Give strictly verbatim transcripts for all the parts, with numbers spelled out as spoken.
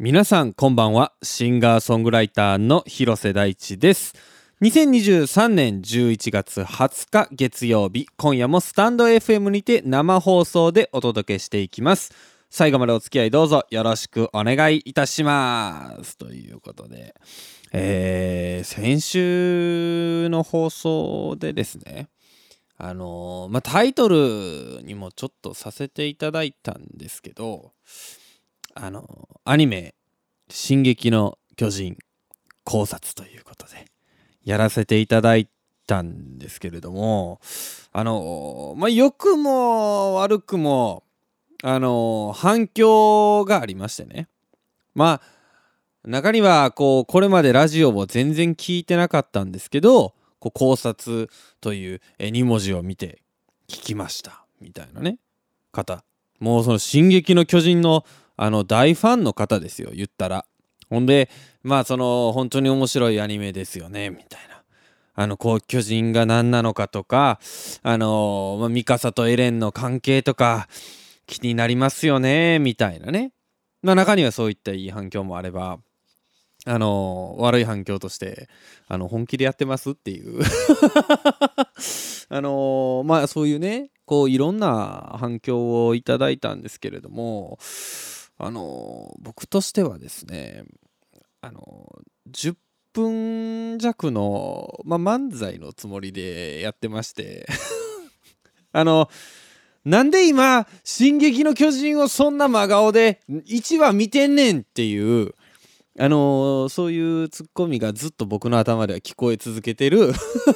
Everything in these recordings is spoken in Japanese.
皆さんこんばんは。シンガーソングライターの広瀬大地です。にせんにじゅうさんねんじゅういちがつはつか月曜日、今夜もスタンド エフエム にて生放送でお届けしていきます。最後までお付き合いどうぞよろしくお願いいたします。ということで、えー、先週の放送でですね、あのーまあ、タイトルにもちょっとさせていただいたんですけど、あのアニメ進撃の巨人考察ということでやらせていただいたんですけれども、あのまあ良くも悪くもあの反響がありましてね。まあ中にはこうこれまでラジオを全然聞いてなかったんですけど、こう考察というに文字を見て聞きましたみたいなね方、もうその進撃の巨人のあの大ファンの方ですよ、言ったら。ほんでまあその本当に面白いアニメですよねみたいな、あのこう巨人が何なのかとか、あのまあ、ミカサとエレンの関係とか気になりますよねみたいなね。まあ中にはそういったいい反響もあれば、あの悪い反響としてあの本気でやってますっていうあのまあそういうね、こういろんな反響をいただいたんですけれども、あの僕としてはですね、あのじゅっぷん弱の、まあ、漫才のつもりでやってましてあのなんで今進撃の巨人をそんな真顔でいちわ見てんねんっていう、あのそういうツッコミがずっと僕の頭では聞こえ続けてる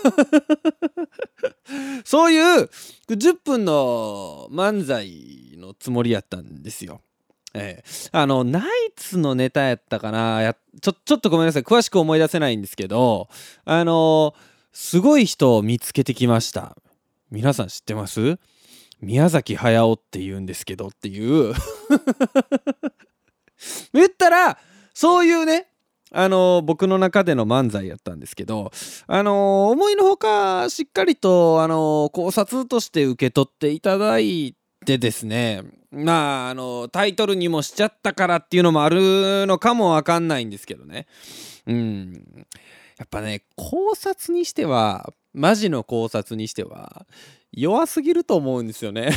そういうじゅっぷんの漫才のつもりやったんですよ。えー、あのナイツのネタやったかな、やちょちょっとごめんなさい、詳しく思い出せないんですけど、あのー、すごい人を見つけてきました。皆さん知ってます？宮崎駿って言うんですけどっていう言ったらそういうね、あのー、僕の中での漫才やったんですけど、あのー、思いのほかしっかりと、あのー、考察として受け取っていただいてですね、まああのタイトルにもしちゃったからっていうのもあるのかもわかんないんですけどね。うん、やっぱね考察にしては、マジの考察にしては弱すぎると思うんですよね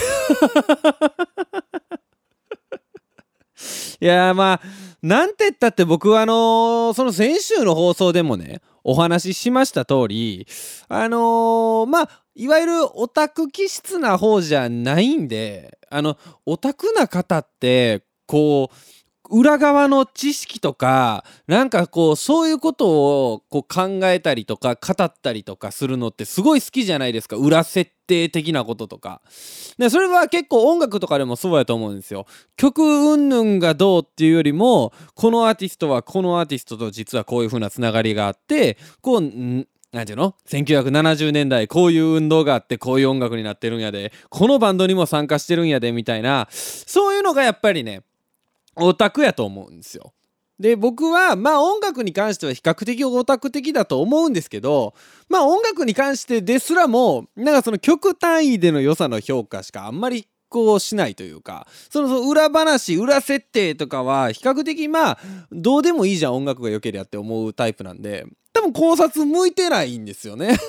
いやまあなんて言ったって僕はあのー、その先週の放送でもねお話ししました通り、あのー、まあいわゆるオタク気質な方じゃないんで、あのオタクな方ってこう裏側の知識とかなんかこうそういうことをこう考えたりとか語ったりとかするのってすごい好きじゃないですか。裏設定的なこととかで、それは結構音楽とかでもそうやと思うんですよ。曲云々がどうっていうよりも、このアーティストはこのアーティストと実はこういう風なつながりがあって、こうんなんていうの、せんきゅうひゃくななじゅうねんだいこういう運動があってこういう音楽になってるんやで、このバンドにも参加してるんやでみたいな、そういうのがやっぱりねオタクやと思うんですよ。で僕はまあ音楽に関しては比較的オタク的だと思うんですけど、まあ音楽に関してですらもなんかその曲単位での良さの評価しかあんまりこうしないというか、そのその裏話裏設定とかは比較的まあどうでもいいじゃん音楽が良ければって思うタイプなんで、多分考察向いてないんですよね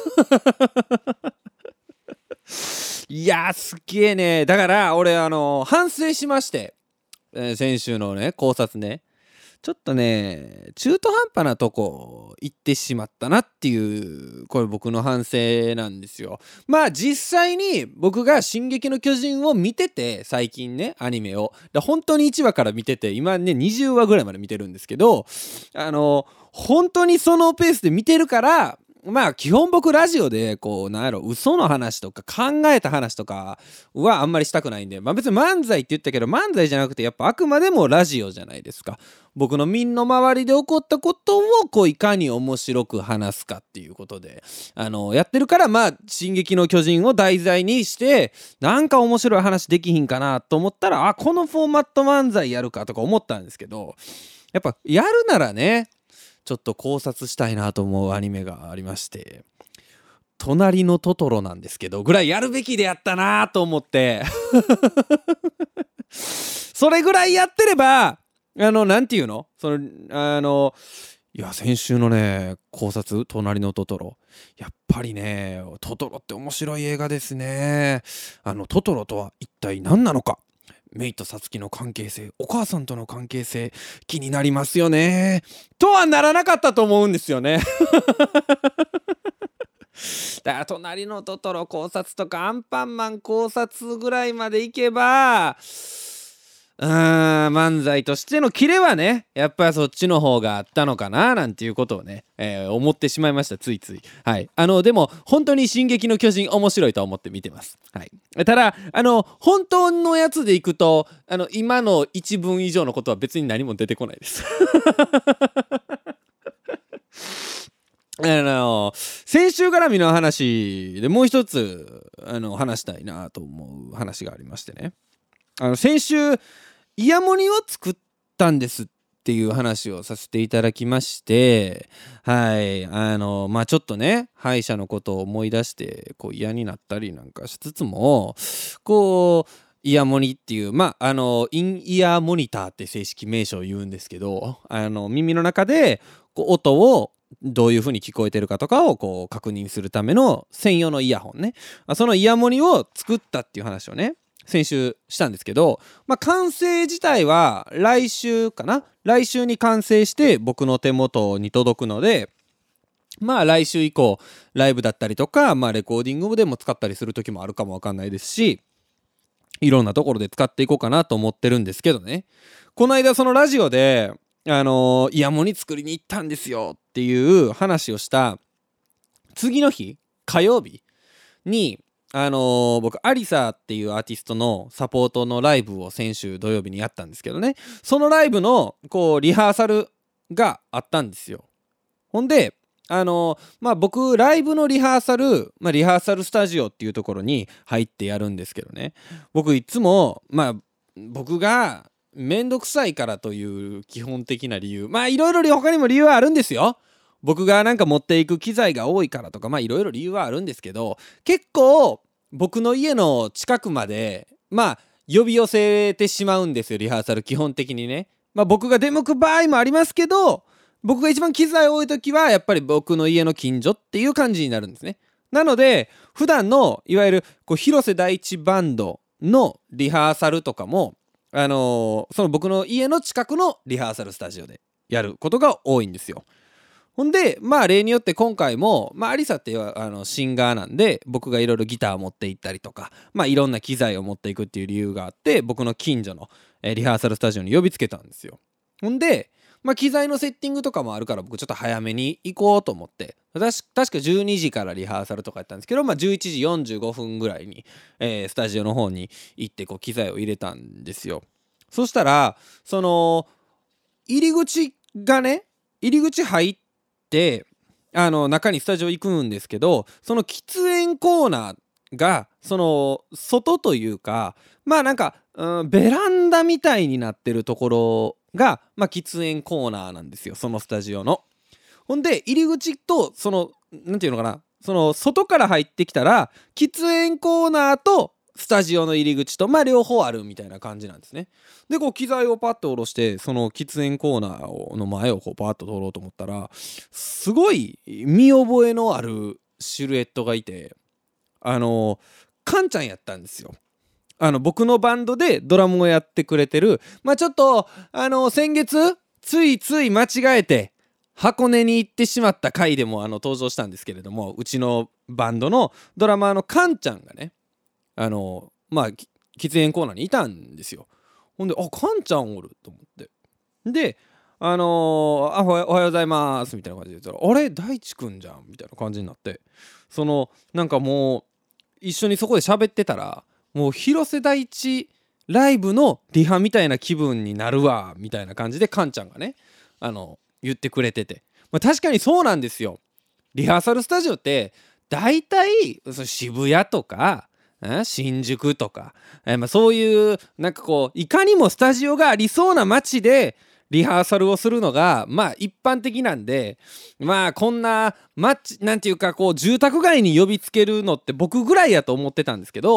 いやーすっげえね。だから俺あのー、反省しまして、えー、先週のね考察ね、ちょっとね中途半端なとこ行ってしまったなっていう、これ僕の反省なんですよ。まあ実際に僕が「進撃の巨人」を見てて、最近ねアニメをだ本当にいちわから見てて、今ねにじゅうわぐらいまで見てるんですけど、あの本当にそのペースで見てるから、まあ基本僕ラジオでこうなんやろ嘘の話とか考えた話とかはあんまりしたくないんで、まあ別に漫才って言ったけど漫才じゃなくてやっぱあくまでもラジオじゃないですか。僕の身の回りで起こったことをこういかに面白く話すかっていうことであのやってるから、まあ進撃の巨人を題材にしてなんか面白い話できひんかなと思ったら、あこのフォーマット漫才やるかとか思ったんですけど、やっぱやるならねちょっと考察したいなと思うアニメがありまして、隣のトトロなんですけどぐらいやるべきでやったなと思ってそれぐらいやってればあのなんていうのそのあのいや先週のね考察隣のトトロ、やっぱりねトトロって面白い映画ですね。あのトトロとは一体何なのか、メイとサツキの関係性、お母さんとの関係性、気になりますよね。とはならなかったと思うんですよね。だから隣のトトロ考察とかアンパンマン考察ぐらいまでいけば、うーん漫才としてのキレはねやっぱりそっちの方があったのかななんていうことをね、えー思ってしまいました、ついつい。はいあのでも本当に進撃の巨人面白いと思って見てます。はいただあの本当のやつでいくとあの今の一文以上のことは別に何も出てこないです。あの先週絡みの話でもう一つあの話したいなと思う話がありましてね、あの先週イヤモニを作ったんですっていう話をさせていただきまして、はいあのまあちょっとね歯医者のことを思い出してこう嫌になったりなんかしつつも、こうイヤモニっていうまああのインイヤーモニターって正式名称を言うんですけど、あの耳の中でこう音をどういう風に聞こえてるかとかをこう確認するための専用のイヤホンね、そのイヤモニを作ったっていう話をね先週したんですけど、まあ完成自体は来週かな、来週に完成して僕の手元に届くので、まあ来週以降ライブだったりとか、まあレコーディングでも使ったりする時もあるかもわかんないですし、いろんなところで使っていこうかなと思ってるんですけどね、この間そのラジオであのー、イヤモニ作りに行ったんですよっていう話をした次の日火曜日にあのー、僕アリサっていうアーティストのサポートのライブを先週土曜日にやったんですけどね、そのライブのこうリハーサルがあったんですよ。ほんであのー、まあ僕ライブのリハーサル、まあ、リハーサルスタジオっていうところに入ってやるんですけどね、僕いつもまあ僕がめんどくさいからという基本的な理由、まあいろいろ他にも理由はあるんですよ。僕がなんか持っていく機材が多いからとか、まあいろいろ理由はあるんですけど、結構僕の家の近くまでまあ呼び寄せてしまうんですよ、リハーサル基本的にね。まあ僕が出向く場合もありますけど、僕が一番機材多い時はやっぱり僕の家の近所っていう感じになるんですね。なので普段のいわゆるこう広瀬大地バンドのリハーサルとかもあのー、その僕の家の近くのリハーサルスタジオでやることが多いんですよ。ほんでまあ例によって今回もまあアリサっていうあのシンガーなんで、僕がいろいろギター持って行ったりとか、まあいろんな機材を持っていくっていう理由があって僕の近所の、えーリハーサルスタジオに呼びつけたんですよ。ほんでまあ機材のセッティングとかもあるから僕ちょっと早めに行こうと思って、私確かじゅうにじからリハーサルとかやったんですけど、まあじゅういちじよんじゅうごふんぐらいに、えースタジオの方に行ってこう機材を入れたんですよ。そしたらその入り口がね、入り口入ってあの中にスタジオ行くんですけど、その喫煙コーナーがその外というか、まあなんか、うん、ベランダみたいになってるところが、まあ、喫煙コーナーなんですよ、そのスタジオの。ほんで入り口とそのなんていうのかな、その外から入ってきたら喫煙コーナーとスタジオの入り口とまあ両方あるみたいな感じなんですね。でこう機材をパッと下ろしてその喫煙コーナーの前をこうパッと通ろうと思ったら、すごい見覚えのあるシルエットがいて、あのカンちゃんやったんですよ。あの僕のバンドでドラムをやってくれてる、まあちょっとあの先月ついつい間違えて箱根に行ってしまった回でもあの登場したんですけれども、うちのバンドのドラマーのカンちゃんがね、あのまあ喫煙コーナーにいたんですよ。ほんであカンちゃんおると思って、であのー、あおはようございますみたいな感じで言ったら、あれ大地くんじゃんみたいな感じになって、そのなんかもう一緒にそこで喋ってたら、もう広瀬大地ライブのリハみたいな気分になるわみたいな感じでカンちゃんがねあの言ってくれてて、まあ、確かにそうなんですよ。リハーサルスタジオってだいたい渋谷とか新宿とか、えーまあ、そういうなんかこういかにもスタジオがありそうな街でリハーサルをするのがまあ一般的なんで、まあこんな街なんていうかこう住宅街に呼びつけるのって僕ぐらいやと思ってたんですけど、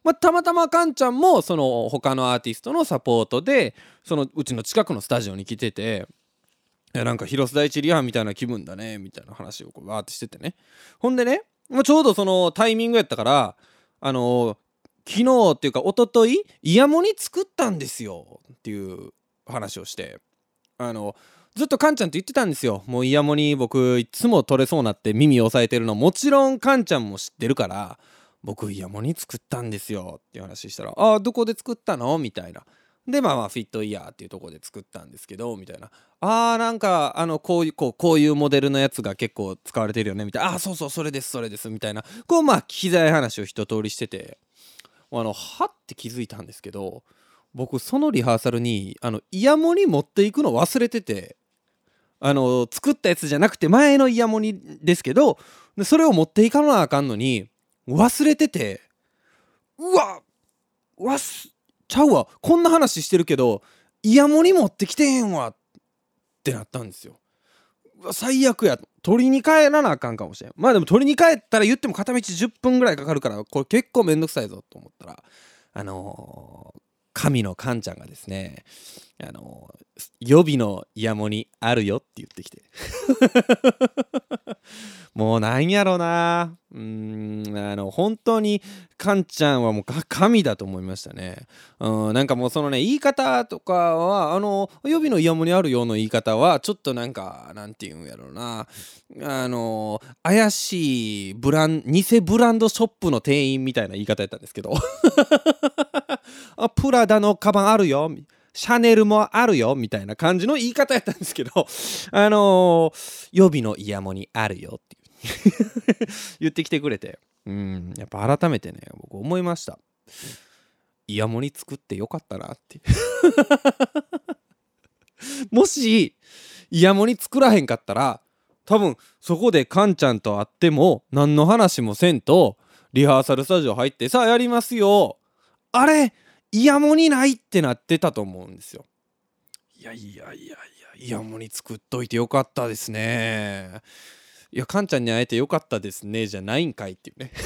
まあ、たまたまカンちゃんもその他のアーティストのサポートでそのうちの近くのスタジオに来てて、いやなんか広瀬大地リハみたいな気分だねみたいな話をこうバーってしててね。ほんでね、まあ、ちょうどそのタイミングやったから、あのー昨日っていうか一昨日イヤモニ作ったんですよっていう話をして、あのずっとカンちゃんと言ってたんですよ。もうイヤモニ僕いつも取れそうなって耳押さえてるのもちろんカンちゃんも知ってるから、僕イヤモニ作ったんですよっていう話したら、ああどこで作ったのみたいな。でまあまあフィットイヤーっていうところで作ったんですけどみたいな、あーなんかあのこういうこうこういうモデルのやつが結構使われてるよねみたいな、あーそうそうそれですそれですみたいな、こうまあ機材話を一通りしてて、あのはって気づいたんですけど、僕そのリハーサルにあのイヤモニ持っていくの忘れてて、あの作ったやつじゃなくて前のイヤモニですけど、でそれを持っていかなあかんのに忘れてて、うわわすちゃうわこんな話してるけどイヤモニ持ってきてへんわってなったんですよ。うわ最悪や、取りに帰らなあかんかもしれん。まあでも取りに帰ったら言っても片道じゅっぷんぐらいかかるからこれ結構めんどくさいぞと思ったら、あのー、神のカンちゃんがですね、あのー、予備のイヤモニあるよって言ってきてもうなんやろな、うーんあの本当にカンちゃんはもう神だと思いましたね。うん、なんかもうそのね言い方とかはあの予備のイヤモニあるよの言い方はちょっとなんかなんていうんやろうな、あの怪しいブラン偽ブランドショップの店員みたいな言い方やったんですけどあプラダのカバンあるよ、シャネルもあるよみたいな感じの言い方やったんですけどあのー、予備のイヤモニあるよって言ってきてくれて、うんやっぱ改めてね僕思いました。イヤモニ作ってよかったなってもしイヤモニ作らへんかったら多分そこでカンちゃんと会っても何の話もせんとリハーサルスタジオ入ってさあやりますよ、あれイヤモニないってなってたと思うんですよ。いやいやいやいやイヤモニ作っといてよかったですね。いやカンちゃんに会えてよかったですねじゃないんかいっていうね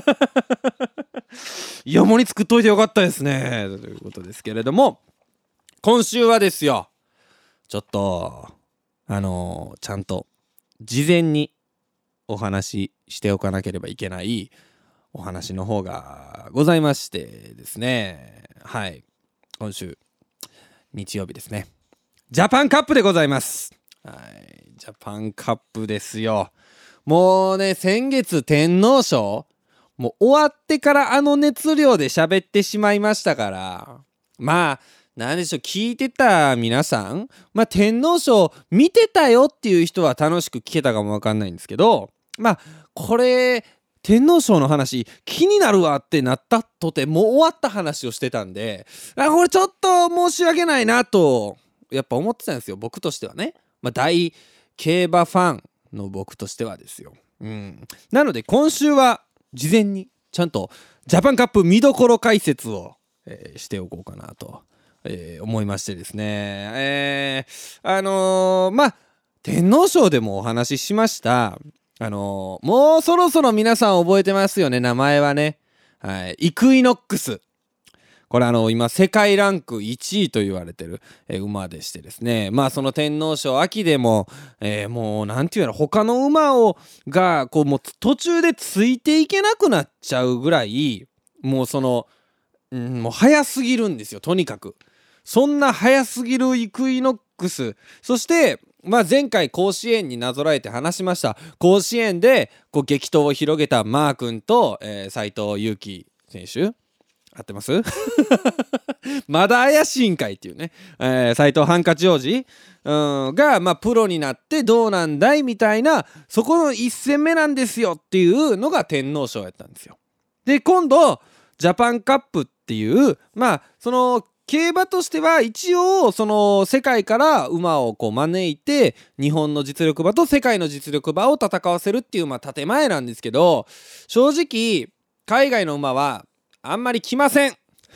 イヤモニ作っといてよかったですねということですけれども、今週はですよちょっとあのー、ちゃんと事前にお話ししておかなければいけないお話の方がございましてですね、はい今週日曜日ですね、ジャパンカップでございます。はいジャパンカップですよ。もうね先月天皇賞もう終わってからあの熱量で喋ってしまいましたから、まあなんでしょう聞いてた皆さん、まあ天皇賞見てたよっていう人は楽しく聞けたかもわかんないんですけど、まあこれ天皇賞の話気になるわってなったとてもう終わった話をしてたんで、あこれちょっと申し訳ないなとやっぱ思ってたんですよ僕としてはね、まあ、大競馬ファンの僕としてはですよ、うん、なので今週は事前にちゃんとジャパンカップ見どころ解説を、えー、しておこうかなと、えー、思いましてですね、えー、あのー、まあ天皇賞でもお話ししましたあのー、もうそろそろ皆さん覚えてますよね名前はね、はい、イクイノックス、これあの今世界ランクいちいと言われてる、えー、馬でしてですね、まあその天皇賞秋でも、えー、もうなんていうの他の馬をがこうもう途中でついていけなくなっちゃうぐらいもうその、うん、もう早すぎるんですよ。とにかくそんな早すぎるイクイノックス、そしてまあ前回甲子園になぞらえて話しました甲子園でこう激闘を広げたマー君と、えー、斉藤佑樹選手合ってますまだ怪しいんかいっていうね、えー、斉藤ハンカチ王子、うん、が、まあ、プロになってどうなんだいみたいなそこの一戦目なんですよっていうのが天皇賞やったんですよ。で今度ジャパンカップっていうまあその競馬としては一応その世界から馬をこう招いて日本の実力馬と世界の実力馬を戦わせるっていうまあ建前なんですけど、正直海外の馬はあんまり来ません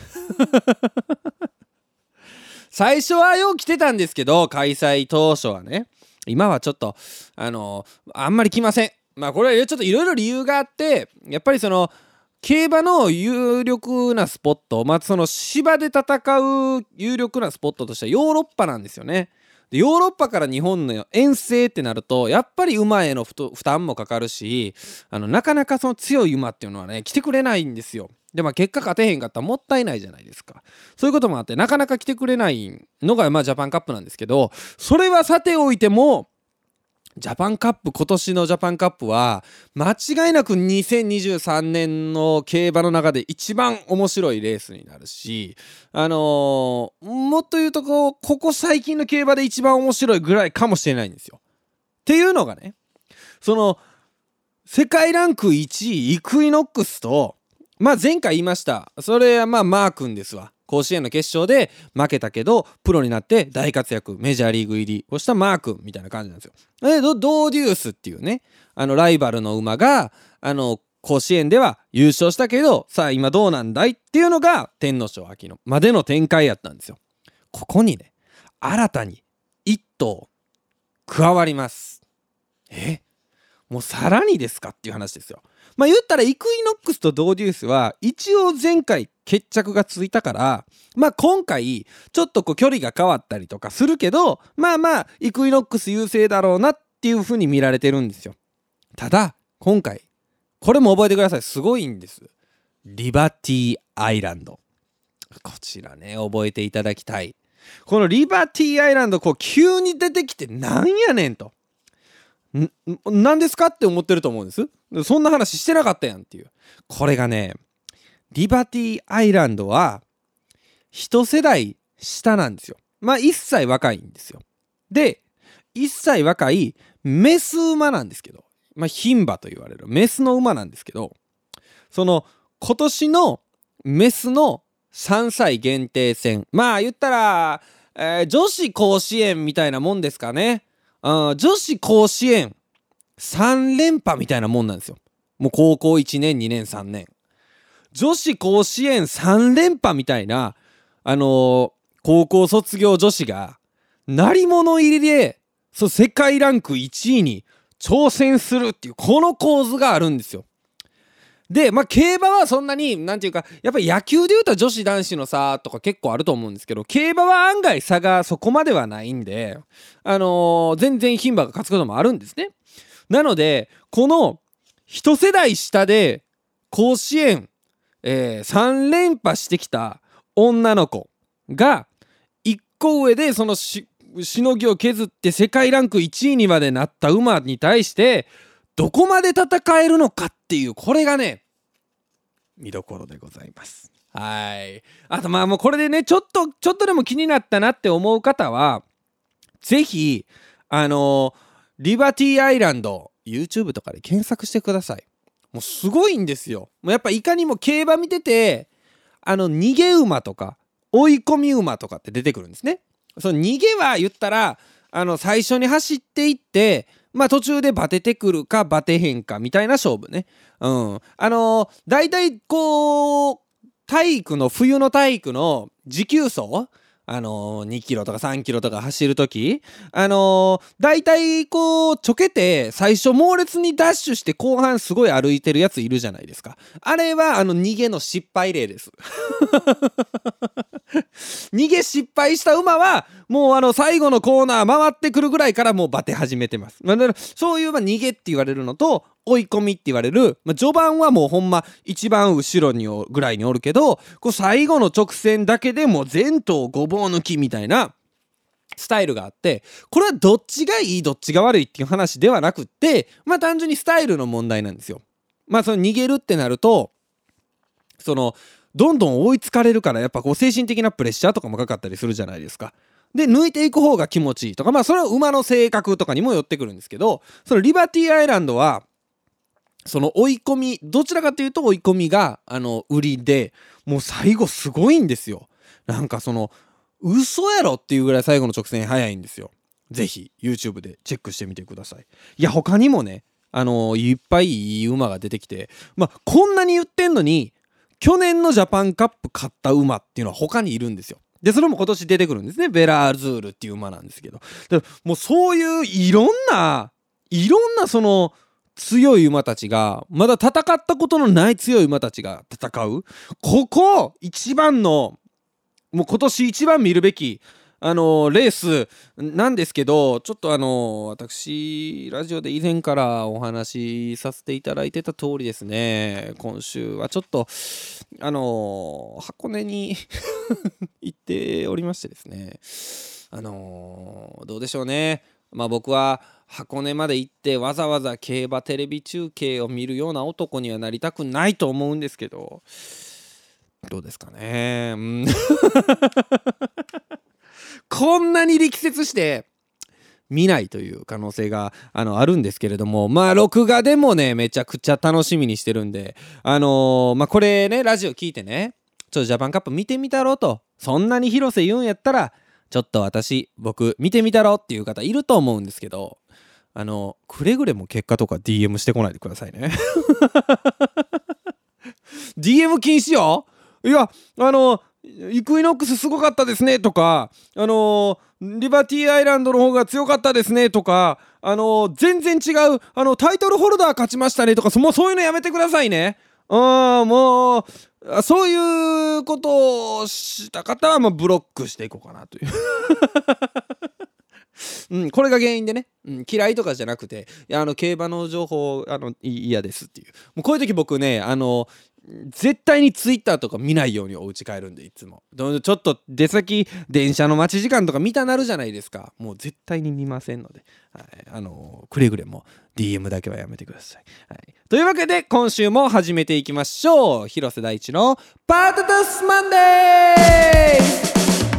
最初はよう来てたんですけど開催当初はね、今はちょっとあのあんまり来ません。まあこれはちょっといろいろ理由があって、やっぱりその競馬の有力なスポット、まあその芝で戦う有力なスポットとしてはヨーロッパなんですよね。でヨーロッパから日本の遠征ってなるとやっぱり馬への負担もかかるし、あのなかなかその強い馬っていうのはね来てくれないんですよ。でまあ結果勝てへんかったらもったいないじゃないですか。そういうこともあってなかなか来てくれないのがまあジャパンカップなんですけど、それはさておいてもジャパンカップ、今年のジャパンカップは間違いなくにせんにじゅうさんねんの競馬の中で一番面白いレースになるし、あのー、もっと言うとこうここ最近の競馬で一番面白いぐらいかもしれないんですよ。っていうのがね、その世界ランクいちいイクイノックスと、まあ前回言いました、それはまあマー君ですわ。甲子園の決勝で負けたけどプロになって大活躍、メジャーリーグ入りをしたマー君みたいな感じなんですよ。でドーデュースっていうね、あのライバルの馬があの甲子園では優勝したけどさあ今どうなんだいっていうのが天皇賞秋のまでの展開やったんですよ。ここにね新たにいっ頭加わります。えもうさらにですかっていう話ですよ。まあ言ったらイクイノックスとドーデュースは一応前回決着がついたから、まあ今回ちょっとこう距離が変わったりとかするけど、まあまあイクイノックス優勢だろうなっていう風に見られてるんですよ。ただ今回これも覚えてください、すごいんです。リバティアイランド、こちらね覚えていただきたい。このリバティアイランドこう急に出てきてなんやねんと、ん何ですかって思ってると思うんです。そんな話してなかったやんっていう。これがねリバティアイランドは一世代下なんですよ。まあいっさい若いんですよ。でいっさい若いメス馬なんですけど、まあ牝馬と言われるメスの馬なんですけど、その今年のメスのさんさい限定戦、まあ言ったら、えー、女子甲子園みたいなもんですかね。あ女子甲子園さん連覇みたいなもんなんですよ。もう高校いちねんにねんさんねん女子甲子園さん連覇みたいな、あのー、高校卒業女子が鳴り物入りでそう世界ランクいちいに挑戦するっていうこの構図があるんですよ。でまあ競馬はそんなになんていうか、やっぱり野球でいうと女子男子の差とか結構あると思うんですけど、競馬は案外差がそこまではないんで、あのー、全然牝馬が勝つこともあるんですね。なのでこの一世代下で甲子園、えー、さん連覇してきた女の子がいっこ上でそのししのぎを削って世界ランクいちいにまでなった馬に対してどこまで戦えるのかっていう、これがね見どころでございます。はい。あとまあもうこれでねちょっとちょっとでも気になったなって思う方はぜひあのー、リバティアイランド YouTube とかで検索してください。もうすごいんですよ。もうやっぱいかにも競馬見ててあの逃げ馬とか追い込み馬とかって出てくるんですね。その逃げは言ったらあの最初に走っていってまあ途中でバテてくるかバテへんかみたいな勝負ね。うん。あのー、大体こう体育の冬の体育の持久走、あのー、にキロとかさんキロとか走るとき、あのー、大体こうちょけて最初猛烈にダッシュして後半すごい歩いてるやついるじゃないですか。あれはあの逃げの失敗例です逃げ失敗した馬はもうあの最後のコーナー回ってくるぐらいからもうバテ始めてます。まあ、だからそういうまあ逃げって言われるのと追い込みって言われる、まあ、序盤はもうほんま一番後ろにおぐらいにおるけど、こう最後の直線だけでもう前頭ごぼう抜きみたいなスタイルがあって、これはどっちがいいどっちが悪いっていう話ではなくって、まあ単純にスタイルの問題なんですよ。まあその逃げるってなるとそのどんどん追いつかれるからやっぱこう精神的なプレッシャーとかもかかったりするじゃないですか。で抜いていく方が気持ちいいとか、まあそれは馬の性格とかにもよってくるんですけど、そのリバティアイランドはその追い込み、どちらかというと追い込みがあの売りで、もう最後すごいんですよ。なんかその嘘やろっていうぐらい最後の直線早いんですよ。ぜひ YouTube でチェックしてみてください。いや他にもねあのいっぱいいい馬が出てきて、まあこんなに言ってんのに去年のジャパンカップ勝った馬っていうのは他にいるんですよ。でそれも今年出てくるんですね。ベラーズールっていう馬なんですけど、でもうそういういろんないろんなその強い馬たちが、まだ戦ったことのない強い馬たちが戦う、ここ一番の、もう今年一番見るべきあのーレースなんですけど、ちょっとあのー私ラジオで以前からお話しさせていただいてた通りですね、今週はちょっとあのー箱根に行っておりましてですね、あのーどうでしょうね。まあ僕は箱根まで行ってわざわざ競馬テレビ中継を見るような男にはなりたくないと思うんですけど、どうですかね。うんこんなに力説して見ないという可能性があのあるんですけれども、まあ録画でもねめちゃくちゃ楽しみにしてるんで、あのーまあこれねラジオ聞いてね、ちょっとジャパンカップ見てみたろと、そんなに広瀬言うんやったらちょっと私僕見てみたろっていう方いると思うんですけど、あのくれぐれも結果とか ディーエム してこないでくださいねディーエム 禁止よ。いやあのイクイノックスすごかったですねとか、あのー、リバティアイランドの方が強かったですねとか、あのー、全然違うあのタイトルホルダー勝ちましたねとか、もうそういうのやめてくださいね。うん、もうそういうことをした方はもうブロックしていこうかなといううん、これが原因でね、うん、嫌いとかじゃなくて、いやあの競馬の情報あのい嫌ですっていう、もうこういう時僕ね、あの絶対にツイッターとか見ないようにお家帰るんで、いつもどちょっと出先電車の待ち時間とか見たなるじゃないですか。もう絶対に見ませんので、はい、あのくれぐれも ディーエム だけはやめてください、はい、というわけで今週も始めていきましょう。広瀬大地のパタタスマンデー。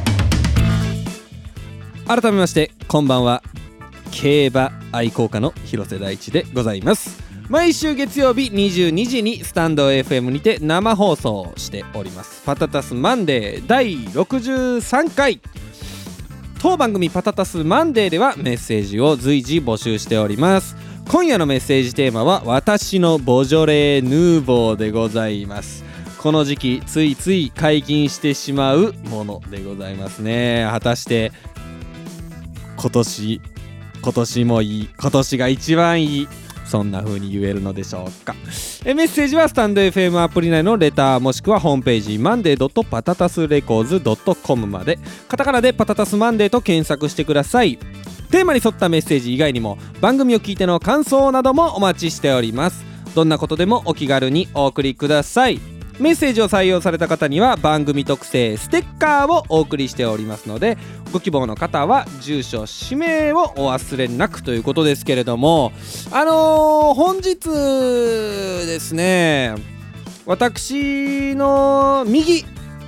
改めましてこんばんは。競馬愛好家の広瀬大地でございます。毎週月曜日にじゅうにじにスタンド エフエム にて生放送しておりますパタタスマンデーだいろくじゅうさんかい。当番組パタタスマンデーではメッセージを随時募集しております。今夜のメッセージテーマは私のボジョレーヌーボーでございます。この時期ついつい解禁してしまうものでございますね。果たして今年今年もいい、今年が一番いい、そんな風に言えるのでしょうか。えメッセージはスタンド エフエム アプリ内のレターもしくはホームページ マンデードットパタタスレコーズドットコム まで、カタカナでパタタスマンデーと検索してください。テーマに沿ったメッセージ以外にも番組を聞いての感想などもお待ちしております。どんなことでもお気軽にお送りください。メッセージを採用された方には番組特製ステッカーをお送りしておりますので、ご希望の方は住所氏名をお忘れなくということですけれども、あのー、本日ですね、私の右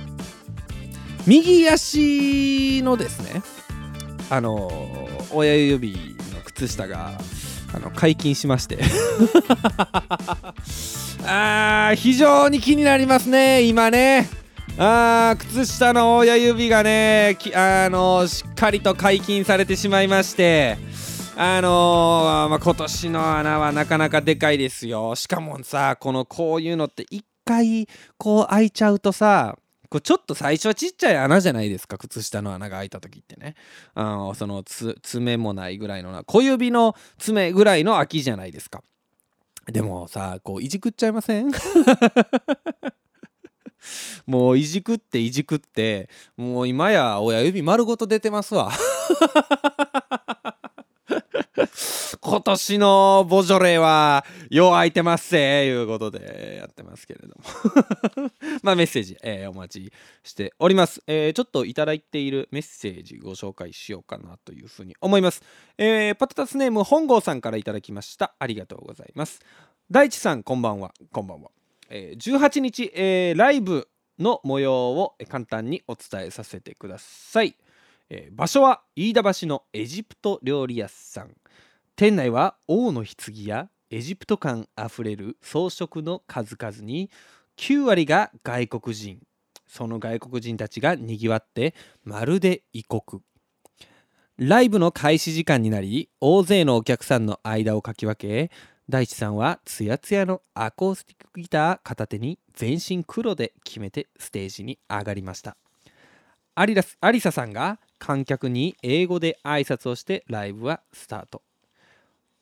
右足のですね、あのー、親指の靴下があの解禁しましてあー非常に気になりますね今ね。あー靴下の親指がねあのー、しっかりと解禁されてしまいまして、あのーまあ、今年の穴はなかなかでかいですよ。しかもさ、このこういうのって一回こう開いちゃうとさ、こうちょっと最初はちっちゃい穴じゃないですか、靴下の穴が開いた時ってね。あのそのつ爪もないぐらいのな、小指の爪ぐらいの空きじゃないですか。でもさ、こういじくっちゃいませんもういじくっていじくってもう今や親指丸ごと出てますわ今年のボジョレーはよう空いてますせいうことでやってますけれどもまあメッセージ、えー、お待ちしております。えー、ちょっといただいているメッセージご紹介しようかなというふうに思います。えー、パタタスネーム本郷さんからいただきました。ありがとうございます。大地さんこんばんは。こんばんは。えー、じゅうはちにち、えー、ライブの模様を簡単にお伝えさせてください。えー、場所は飯田橋のエジプト料理屋さん。店内は王の棺やエジプト感あふれる装飾の数々にきゅうわりが外国人。その外国人たちがにぎわってまるで異国。ライブの開始時間になり、大勢のお客さんの間をかき分け、大地さんはツヤツヤのアコースティックギター片手に全身黒で決めてステージに上がりました。アリラス、アリサさんが観客に英語で挨拶をしてライブはスタート。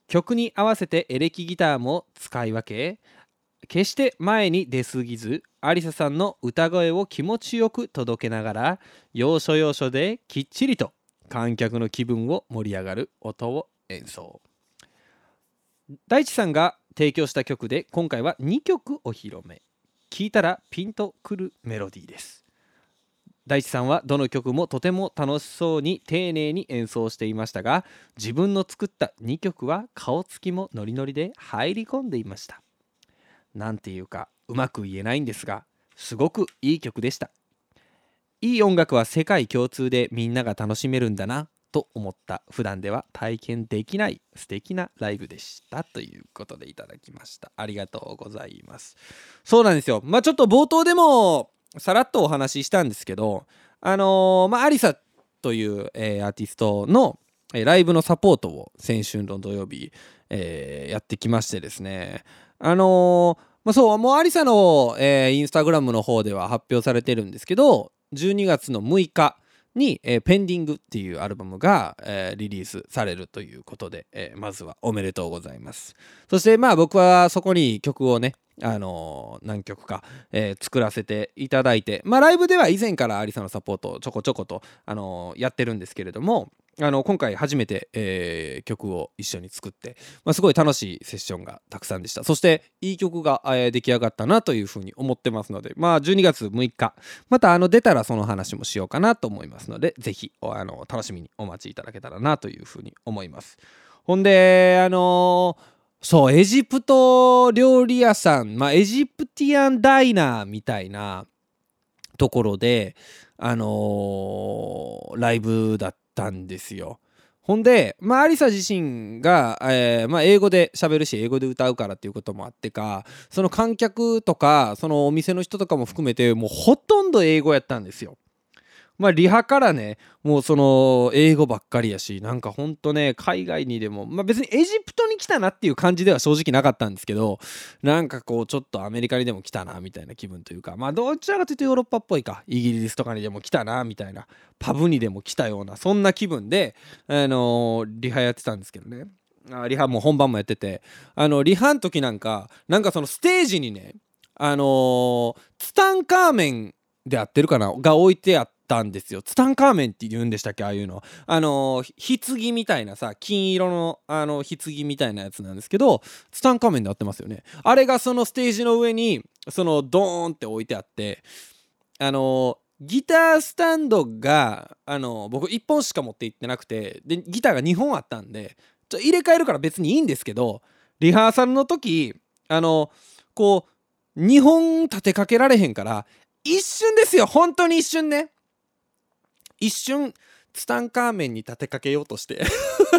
曲に合わせてエレキギターも使い分け、決して前に出過ぎず、アリサさんの歌声を気持ちよく届けながら、要所要所できっちりと観客の気分を盛り上がる音を演奏。大地さんが提供した曲で、今回はにきょくお披露目。聴いたらピンとくるメロディーです。大地さんはどの曲もとても楽しそうに丁寧に演奏していましたが、自分の作ったにきょくは顔つきもノリノリで入り込んでいました。なんていうかうまく言えないんですが、すごくいい曲でした。いい音楽は世界共通でみんなが楽しめるんだなと思った、普段では体験できない素敵なライブでしたということでいただきました。ありがとうございます。そうなんですよ。まあちょっと冒頭でもさらっとお話ししたんですけど、あのー、まあアリサという、えー、アーティストの、えー、ライブのサポートを先週の土曜日、えー、やってきましてですね、あのー、まあそうもうアリサの、えー、インスタグラムの方では発表されてるんですけど、じゅうにがつのむいかに、えー、ペンディングっていうアルバムが、えー、リリースされるということで、えー、まずはおめでとうございます。そしてまあ僕はそこに曲をね、あのー、何曲か、えー、作らせていただいて、まあライブでは以前からアリサのサポートをちょこちょこと、あのー、やってるんですけれども、あの今回初めて、えー、曲を一緒に作って、まあ、すごい楽しいセッションがたくさんでした。そしていい曲が、えー、出来上がったなというふうに思ってますので、まあじゅうにがつむいかまたあの出たらその話もしようかなと思いますので、ぜひあの楽しみにお待ちいただけたらなというふうに思います。ほんであのー、そうエジプト料理屋さん、まあエジプティアンダイナーみたいなところであのー、ライブだったんですよ。ほんでまあアリサ自身が、えーまあ、英語で喋るし英語で歌うからっていうこともあってか、その観客とかそのお店の人とかも含めてもうほとんど英語やったんですよ。まあリハからね、もうその英語ばっかりやし、なんかほんとね海外にでも、まあ別にエジプトに来たなっていう感じでは正直なかったんですけど、なんかこうちょっとアメリカにでも来たなみたいな気分というか、まあどちらかというとヨーロッパっぽいか、イギリスとかにでも来たなみたいな、パブにでも来たようなそんな気分で、あのー、リハやってたんですけどね。あリハも本番もやってて、あのリハの時なんかなんかそのステージにね、あのー、ツタンカーメンで合ってるかなが置いてあったんですよ。ツタンカーメンって言うんでしたっけ、ああいうの。あのー、棺みたいなさ、金色のあの棺みたいなやつなんですけど、ツタンカーメンで合ってますよね。あれがそのステージの上にそのドーンって置いてあって、あのー、ギタースタンドがあのー、僕いっぽんしか持って行ってなくて、でギターがにほんあったんで、ちょ入れ替えるから別にいいんですけど、リハーサルの時あのこうにほん立てかけられへんから、一瞬ですよ、本当に一瞬ね、一瞬ツタンカーメンに立てかけようとして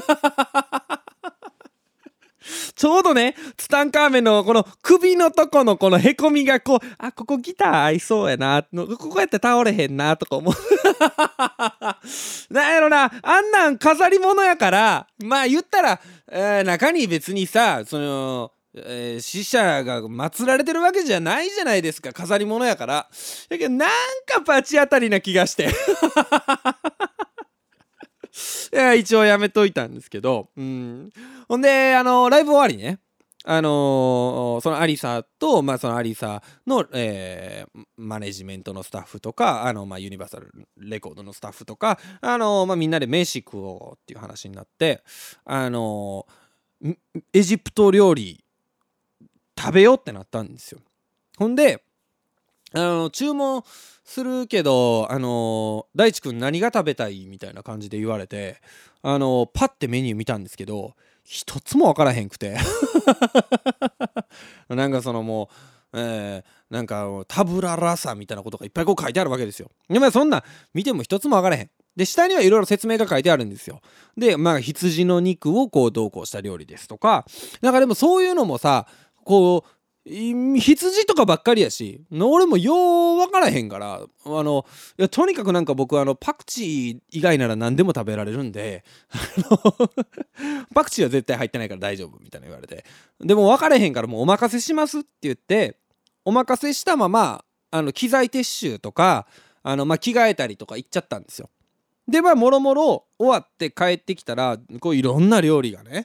ちょうどねツタンカーメンのこの首のとこのこのへこみがこう、あここギター合いそうやな、ここやって倒れへんなとか思うなんやろな、あんなん飾り物やから、まあ言ったら、えー、中に別にさその、えー、死者が祀られてるわけじゃないじゃないですか、飾り物やから。だけどなんかバチ当たりな気がしていや一応やめといたんですけど、うん、ほんであのライブ終わりね、あのー、そのアリサと、まあ、そのアリサの、えー、マネジメントのスタッフとか、あの、まあ、ユニバーサルレコードのスタッフとか、あのーまあ、みんなで飯食おうっていう話になって、あのー、エジプト料理食べようってなったんですよ。ほんであの注文するけど、あの大地くん何が食べたいみたいな感じで言われて、あのパッてメニュー見たんですけど、一つも分からへんくてなんかそのもう、えー、なんかタブララサみたいなことがいっぱいこう書いてあるわけですよ。でもそんな見ても一つも分からへん。で下にはいろいろ説明が書いてあるんですよ。でまあ羊の肉をこうどうこうした料理ですとか、なんかでもそういうのもさ、こう羊とかばっかりやし、俺もよう分からへんから、あのいやとにかくなんか僕あのパクチー以外なら何でも食べられるんでパクチーは絶対入ってないから大丈夫みたいな言われて、でも分からへんからもうお任せしますって言って、お任せしたままあの機材撤収とかあの、まあ、着替えたりとか行っちゃったんですよ。でまあもろもろ終わって帰ってきたら、こういろんな料理がね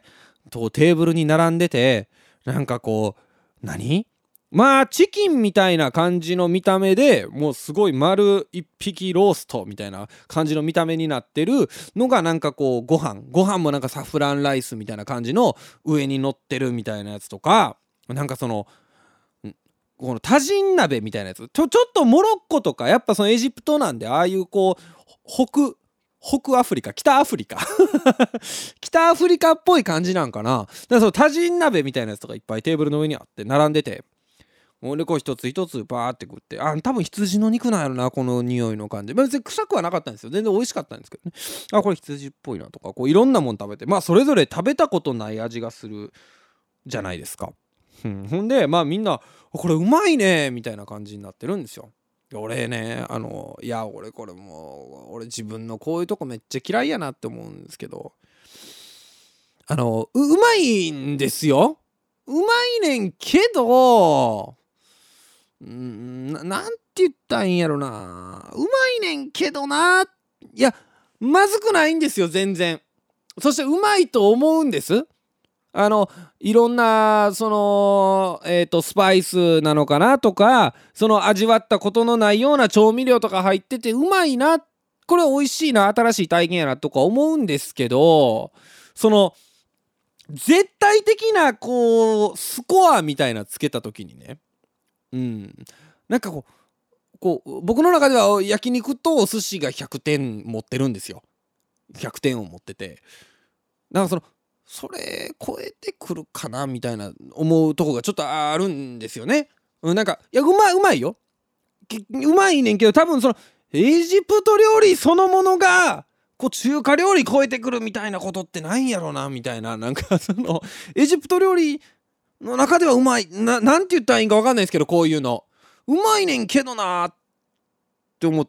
とテーブルに並んでて、なんかこう何まあチキンみたいな感じの見た目で、もうすごい丸一匹ローストみたいな感じの見た目になってるのが、なんかこうご飯ご飯もなんかサフランライスみたいな感じの上に乗ってるみたいなやつとか、なんかそのこのタジン鍋みたいなやつ、ちょちょっとモロッコとかやっぱそのエジプトなんで、ああいうこう北北アフリカ北アフリカ北アフリカっぽい感じなんかな。だからそのタジン鍋みたいなやつとかいっぱいテーブルの上にあって並んでて、俺こう一つ一つバーって食って、あ多分羊の肉なんやろな、この匂いの感じ。別に臭くはなかったんですよ、全然美味しかったんですけどね。あこれ羊っぽいなとか、こういろんなもん食べて、まあそれぞれ食べたことない味がするじゃないですか。うん、ほんでまあみんなこれうまいねみたいな感じになってるんですよ。俺ねあのいや俺これもう俺自分のこういうとこめっちゃ嫌いやなって思うんですけど、あの う, うまいんですよ。うまいねんけど、んななんて言ったらいいんやろな。うまいねんけどな。いやまずくないんですよ全然。そしてうまいと思うんです。あのいろんなそのえっとスパイスなのかなとか、その味わったことのないような調味料とか入っててうまいな、これ美味しいな、新しい体験やなとか思うんですけど、その絶対的なこうスコアみたいなつけた時にね、うんなんかこうこう僕の中では焼肉とお寿司がひゃくてん持ってるんですよ。ひゃくてんを持ってて、なんかそのそれ超えてくるかなみたいな思うとこがちょっとあるんですよね。うん、なんかいやうまいうまいよ、うまいねんけど、多分そのエジプト料理そのものがこう中華料理超えてくるみたいなことってないんやろなみたいな、なんかそのエジプト料理の中ではうまいな、なんて言ったらいいんか分かんないですけど、こういうのうまいねんけどなって思って、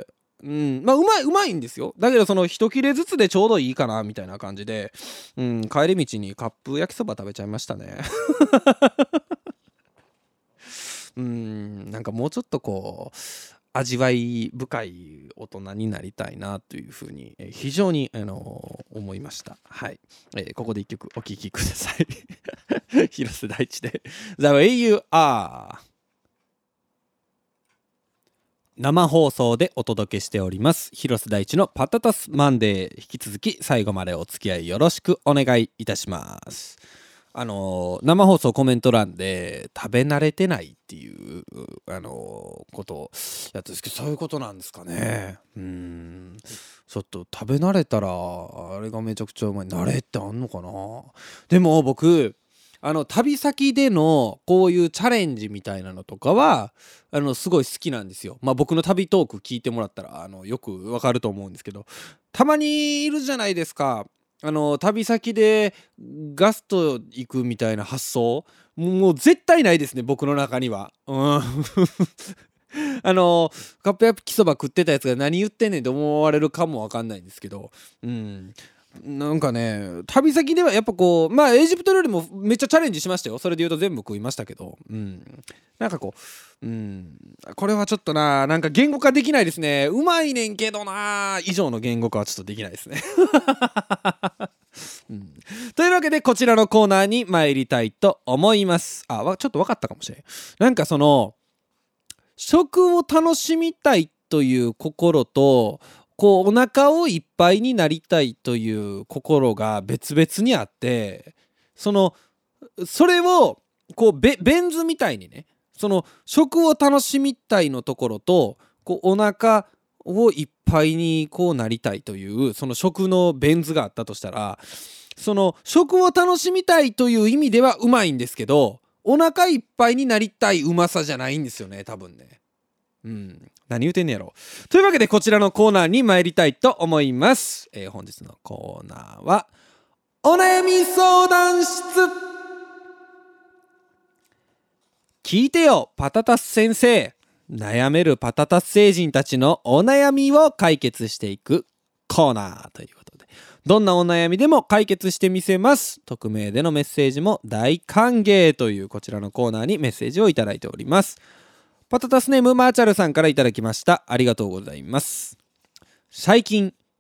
うん、まあうまいうまいんですよ。だけどその一切れずつでちょうどいいかなみたいな感じで、うん、帰り道にカップ焼きそば食べちゃいましたねうんなんかもうちょっとこう味わい深い大人になりたいなというふうに、えー非常に、あのー思いました。はい、えーここで一曲お聴きください広瀬大地で The Way You Are。生放送でお届けしております広瀬大地のパタタスマンデー、引き続き最後までお付き合いよろしくお願いいたします。あのー生放送コメント欄で食べ慣れてないっていうあのーことをやったんですけど、そういうことなんですかね。うーんちょっと食べ慣れたらあれがめちゃくちゃうまい、慣れってあんのかな。でも僕あの旅先でのこういうチャレンジみたいなのとかはあのすごい好きなんですよ。まあ僕の旅トーク聞いてもらったらあのよくわかると思うんですけど、たまにいるじゃないですか、あの旅先でガスト行くみたいな発想。もう絶対ないですね僕の中には。うんあのカップ焼きそば食ってたやつが何言ってんねんと思われるかもわかんないんですけど、うんなんかね旅先ではやっぱこうまあエジプト料理もめっちゃチャレンジしましたよ。それで言うと全部食いましたけど、うんなんかこううんこれはちょっとな、なんか言語化できないですね。うまいねんけどな以上の言語化はちょっとできないですねうん、というわけでこちらのコーナーに参りたいと思います。あわちょっと分かったかもしれん。なんかその食を楽しみたいという心とこうお腹をいっぱいになりたいという心が別々にあって、そのそれをこうベベン図みたいにね、その食を楽しみたいのところとこうお腹をいっぱいにこうなりたいというその食のベン図があったとしたら、その食を楽しみたいという意味ではうまいんですけど、お腹いっぱいになりたいうまさじゃないんですよね多分ね。うん何言うてんねやろ。というわけでこちらのコーナーに参りたいと思います。えー本日のコーナーはお悩み相談室。聞いてよパタタス先生。悩めるパタタス星人たちのお悩みを解決していくコーナーということで、どんなお悩みでも解決してみせます。匿名でのメッセージも大歓迎というこちらのコーナーにメッセージをいただいております。パタタスネームマーチャルさんからいただきました。ありがとうございます。最近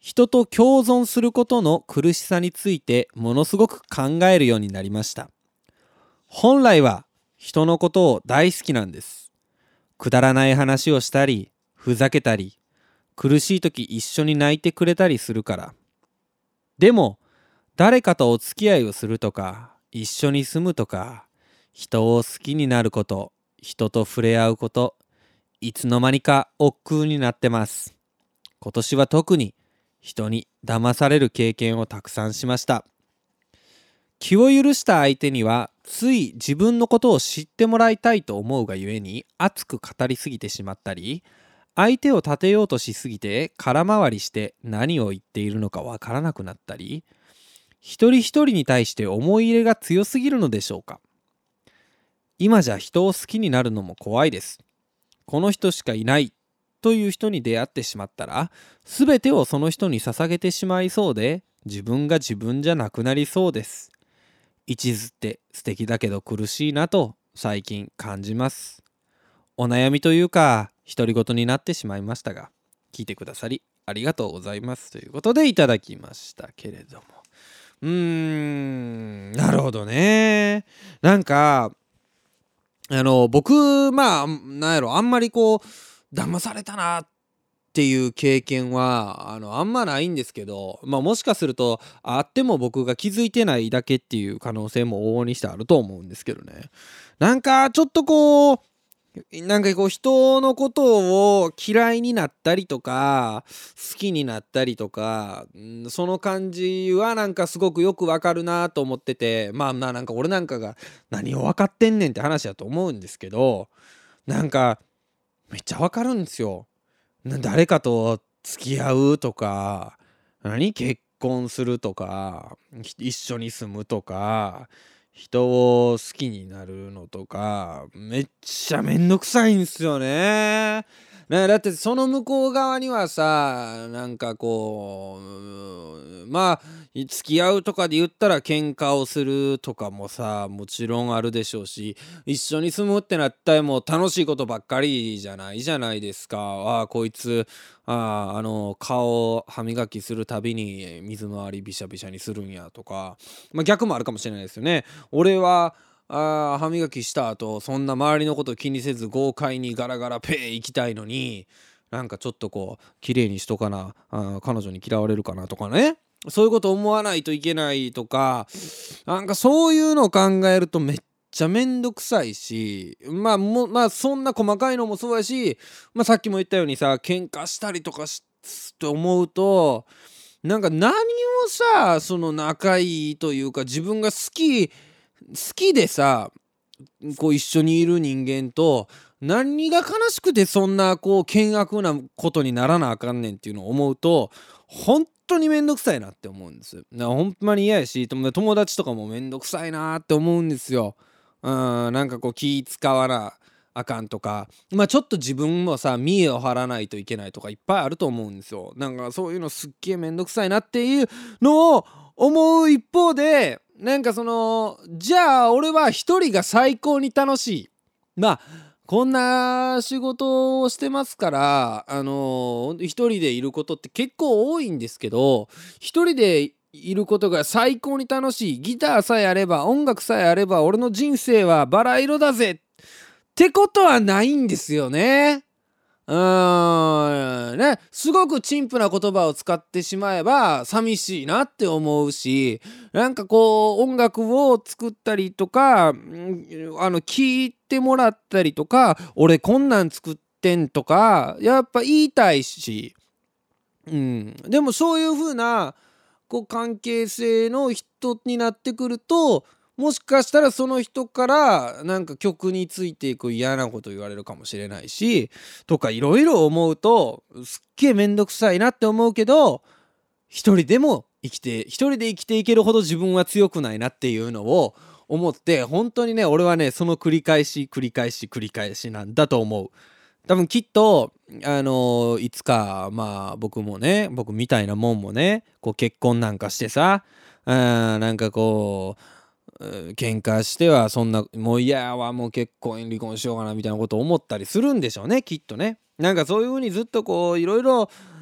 人と共存することの苦しさについてものすごく考えるようになりました。本来は人のことを大好きなんです。くだらない話をしたり、ふざけたり、苦しい時一緒に泣いてくれたりするから。でも、誰かとお付き合いをするとか、一緒に住むとか、人を好きになること、人と触れ合うこと、いつの間にか億劫になってます。今年は特に人に騙される経験をたくさんしました。気を許した相手にはつい自分のことを知ってもらいたいと思うがゆえに熱く語りすぎてしまったり、相手を立てようとしすぎて空回りして何を言っているのかわからなくなったり、一人一人に対して思い入れが強すぎるのでしょうか。今じゃ人を好きになるのも怖いです。この人しかいないという人に出会ってしまったら、全てをその人に捧げてしまいそうで、自分が自分じゃなくなりそうです。一途って素敵だけど苦しいなと最近感じます。お悩みというか独り言になってしまいましたが、聞いてくださりありがとうございますということでいただきましたけれども、うーんなるほどね。なんかあの僕まあなんやろ、あんまりこう騙されたなっていう経験はあのあんまないんですけど、まあもしかするとあっても僕が気づいてないだけっていう可能性も往々にしてあると思うんですけどね。なんかちょっとこうなんかこう人のことを嫌いになったりとか好きになったりとか、んその感じはなんかすごくよくわかるなと思ってて、まあまあなんか俺なんかが何を分かってんねんって話だと思うんですけど、なんかめっちゃわかるんですよ。な誰かと付き合うとか、何結婚するとか、ひ一緒に住むとか、人を好きになるのとか、めっちゃめんどくさいんすよね。ね、だってその向こう側にはさ、なんかこう、うーまあ、い付き合うとかで言ったら喧嘩をするとかもさ、もちろんあるでしょうし、一緒に住むってなったらもう楽しいことばっかりじゃないじゃないですか。ああ、こいつ、ああ、あの、顔歯磨きするたびに水回りびしゃびしゃにするんやとか、まあ逆もあるかもしれないですよね。俺は、あー歯磨きした後そんな周りのこと気にせず豪快にガラガラペー行きたいのに、なんかちょっとこう綺麗にしとかな、あー彼女に嫌われるかなとかね、そういうこと思わないといけないとか、なんかそういうのを考えるとめっちゃめんどくさいし、まあもまあそんな細かいのもそうやし、まあさっきも言ったようにさ喧嘩したりとかしって思うと、なんか何をさその仲いいというか自分が好き好きでさこう一緒にいる人間と何が悲しくてそんなこう険悪なことにならなあかんねんっていうのを思うと本当にめんどくさいなって思うんです。なほんまに嫌やし、友友達とかもめんどくさいなって思うんですよ。うんなんかこう気使わなあかんとか、まあちょっと自分もさ見栄を張らないといけないとかいっぱいあると思うんですよ。なんかそういうのすっげえめんどくさいなっていうのを思う一方で、なんかそのじゃあ俺は一人が最高に楽しい、まあこんな仕事をしてますから、あのー一人でいることって結構多いんですけど、一人でいることが最高に楽しい、ギターさえあれば音楽さえあれば俺の人生はバラ色だぜってことはないんですよね。うーんね、すごく陳腐な言葉を使ってしまえば寂しいなって思うし、なんかこう音楽を作ったりとか、んあの聞いてもらったりとか、俺こんなん作ってんとかやっぱ言いたいし、うん、でもそういう風なこう関係性の人になってくると、もしかしたらその人からなんか曲についていく嫌なこと言われるかもしれないしとかいろいろ思うとすっげえめんどくさいなって思うけど、一人でも生きて一人で生きていけるほど自分は強くないなっていうのを思って、本当にね俺はねその繰り返し繰り返し繰り返しなんだと思う。多分きっとあのいつかまあ僕もね僕みたいなもんもねこう結婚なんかしてさ、うんなんかこうう喧嘩してはそんなもう嫌やわもう結婚離婚しようかなみたいなことを思ったりするんでしょうねきっとね。なんかそういう風にずっとこういろいろ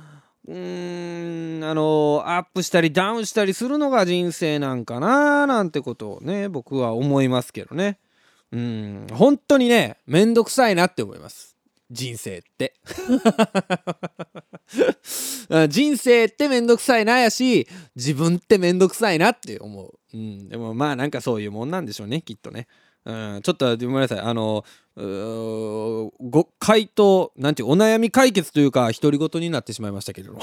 うーんあのアップしたりダウンしたりするのが人生なんかななんてことをね僕は思いますけどね。うーん本当にねめんどくさいなって思います人生って人生ってめんどくさいなやし自分ってめんどくさいなって思う、うん、でもまあなんかそういうもんなんでしょうねきっとね。うん、ちょっとごめんなさいあのご回答なんていうお悩み解決というか独り言になってしまいましたけれども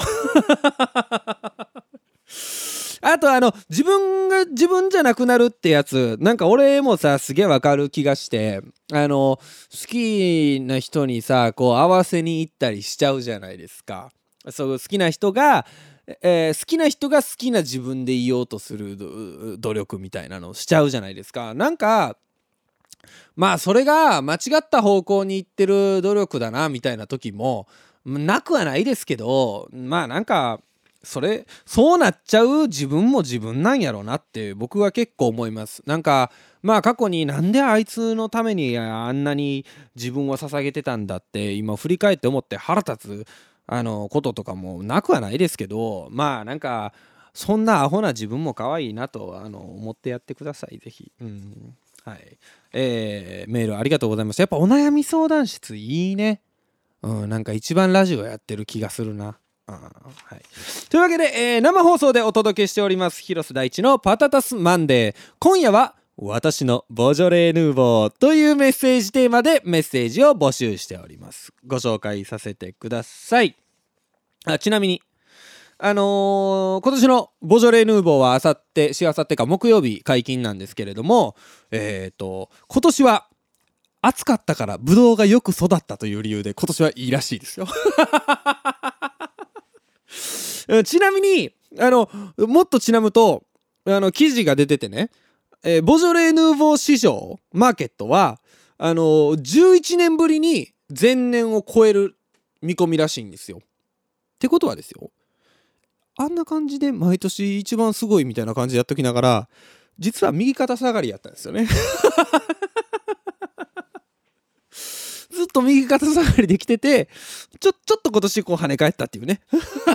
あとあの自分が自分じゃなくなるってやつなんか俺もさすげえわかる気がしてあの好きな人にさこう合わせに行ったりしちゃうじゃないですか。そう好きな人が、えー好きな人が好きな自分でいようとするど努力みたいなのをしちゃうじゃないですか。なんかまあそれが間違った方向に行ってる努力だなみたいな時もなくはないですけどまあなんかそれそうなっちゃう自分も自分なんやろなって僕は結構思います。なんかまあ過去になんであいつのためにあんなに自分を捧げてたんだって今振り返って思って腹立つあのこととかもなくはないですけどまあなんかそんなアホな自分も可愛いなとあの思ってやってくださいぜひ。うんはい、えー、メールありがとうございます。やっぱお悩み相談室いいね。うん、なんか一番ラジオやってる気がするな。あはい、というわけで、えー、生放送でお届けしております広瀬大地のパタタスマンデー。今夜は私のボジョレーヌーボーというメッセージテーマでメッセージを募集しております。ご紹介させてください。あちなみにあのー、今年のボジョレーヌーボーはあさってしあさってか木曜日解禁なんですけれどもえっ、ー、と今年は暑かったからブドウがよく育ったという理由で今年はいいらしいですよちなみにあのもっとちなむとあの記事が出ててね、えー、ボジョレーヌーボー市場マーケットはあのじゅういちねんぶりに前年を超える見込みらしいんですよ。ってことはですよあんな感じで毎年一番すごいみたいな感じでやっときながら実は右肩下がりやったんですよねずっと右肩下がりできててちょちょっと今年こう跳ね返ったっていうね